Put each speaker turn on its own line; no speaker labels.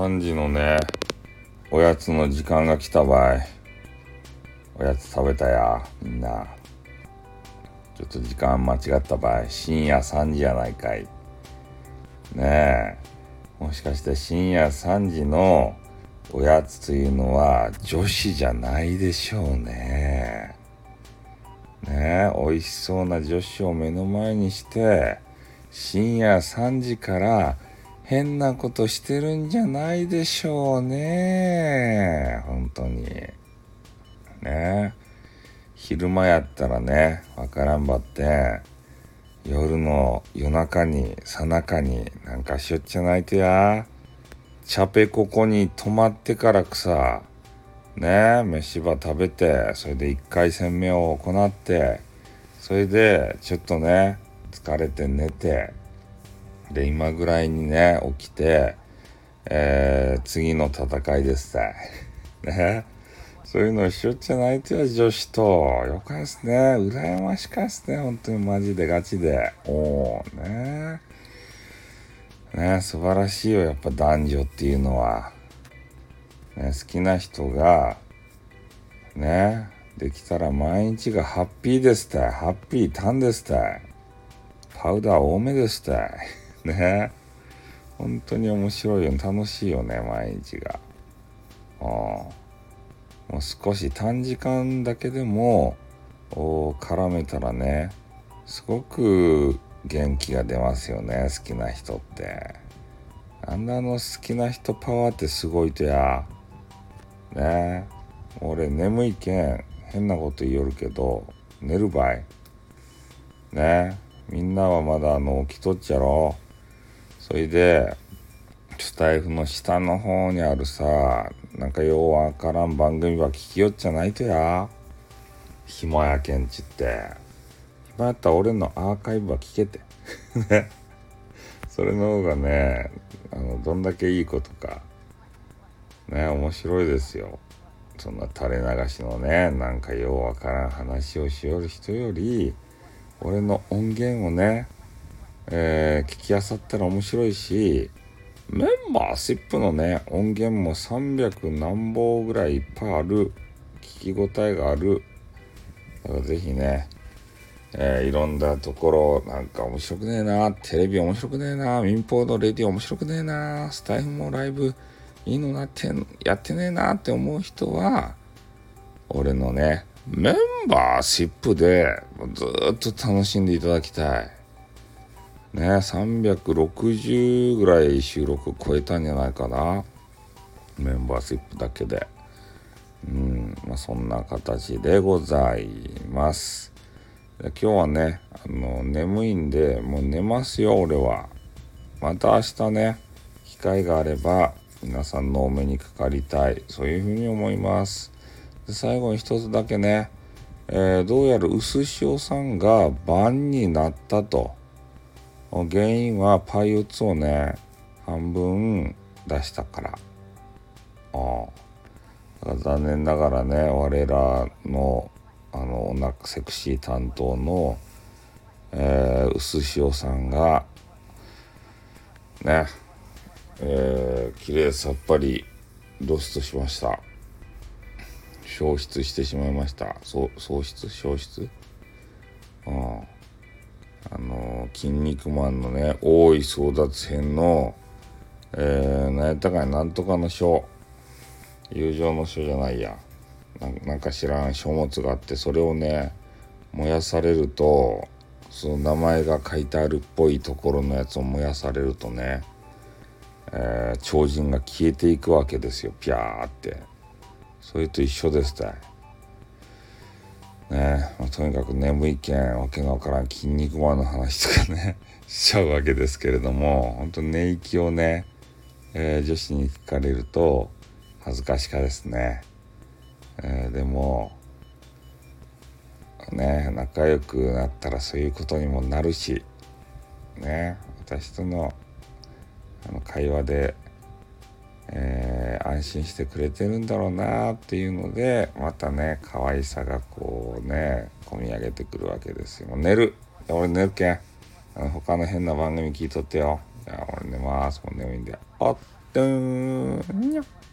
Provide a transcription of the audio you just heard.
3時のね、おやつの時間が来たばい。おやつ食べたや、みんな。ちょっと時間間違ったばい。深夜3時やないかい。ねえ。もしかして深夜3時のおやつというのは女子じゃないでしょうね。ねえ、美味しそうな女子を目の前にして、深夜3時から変なことしてるんじゃないでしょうね。本当に。ね。昼間やったらね、わからんばって、夜中に、さなかになんかしよっちゃないとや。チャペここに泊まってからくさ、ね、飯場食べて、それで1回戦目を行って、それでちょっとね、疲れて寝て、で今ぐらいにね起きて、次の戦いですさね、そういうのをしよっちゃないとや女子と。よかですね、羨ましかですね、本当にマジでガチで。ね素晴らしいよ、やっぱ男女っていうのはね。好きな人がねできたら毎日がハッピーですたい。ハッピーターンですたい。パウダー多めですたいね。本当に面白いよ、楽しいよね、毎日が。もう少し短時間だけでも絡めたらね、すごく元気が出ますよね、好きな人って。あんな好きな人パワーってすごいとや。ね、俺眠いけん変なこと言おるけど寝るばい。ね、みんなはまだ起きとっちゃろ。それでスタイフの下の方にあるさ、なんかようわからん番組は聞きよっちゃないとや。暇やけんちって。暇やったら俺のアーカイブは聞けてね。それの方がね、どんだけいいことかね、面白いですよ。そんな垂れ流しのね、なんかようわからん話をしよる人より、俺の音源をね、聞きあさったら面白いし、メンバーシップのね音源も300何本ぐらいいっぱいある。聞き応えがある。だからぜひね、いろんなところなんか面白くねえな、テレビ面白くねえな、民放のレディオ面白くねえな、スタイフもライブいいのなってやってねえなって思う人は、俺のねメンバーシップでずっと楽しんでいただきたいね。360ぐらい収録超えたんじゃないかな、メンバーシップだけで。そんな形でございます。今日はね眠いんでもう寝ますよ俺は。また明日ね機会があれば皆さんのお目にかかりたい、そういうふうに思います。で最後に一つだけね、どうやら薄塩さんが晩になったと。原因はパイ打つをね半分出したから。だから残念ながらね、我らのお腹セクシー担当の、薄塩さんがね、きれいさっぱりロストしました。消失してしまいました。消失筋肉マンのね大井争奪編の、何やったかい、なんとかの書、友情の書じゃないや、なんか知らん書物があって、それをね燃やされると、その名前が書いてあるっぽいところのやつを燃やされるとね、超人が消えていくわけですよ、ピャーって。それと一緒ですたいね。とにかく眠いけんわけがわからん筋肉マンの話とかねしちゃうわけですけれども、本当に寝息をね、女子に聞かれると恥ずかしかですね。でもね、仲良くなったらそういうことにもなるしね、私との会話で、安心してくれてるんだろうなっていうので、またね可愛さがこうね込み上げてくるわけですよ。もう寝る、俺寝るけん他の変な番組聞いとってよ。いや俺寝ます、もう眠いんで。あっドゥーンにゃ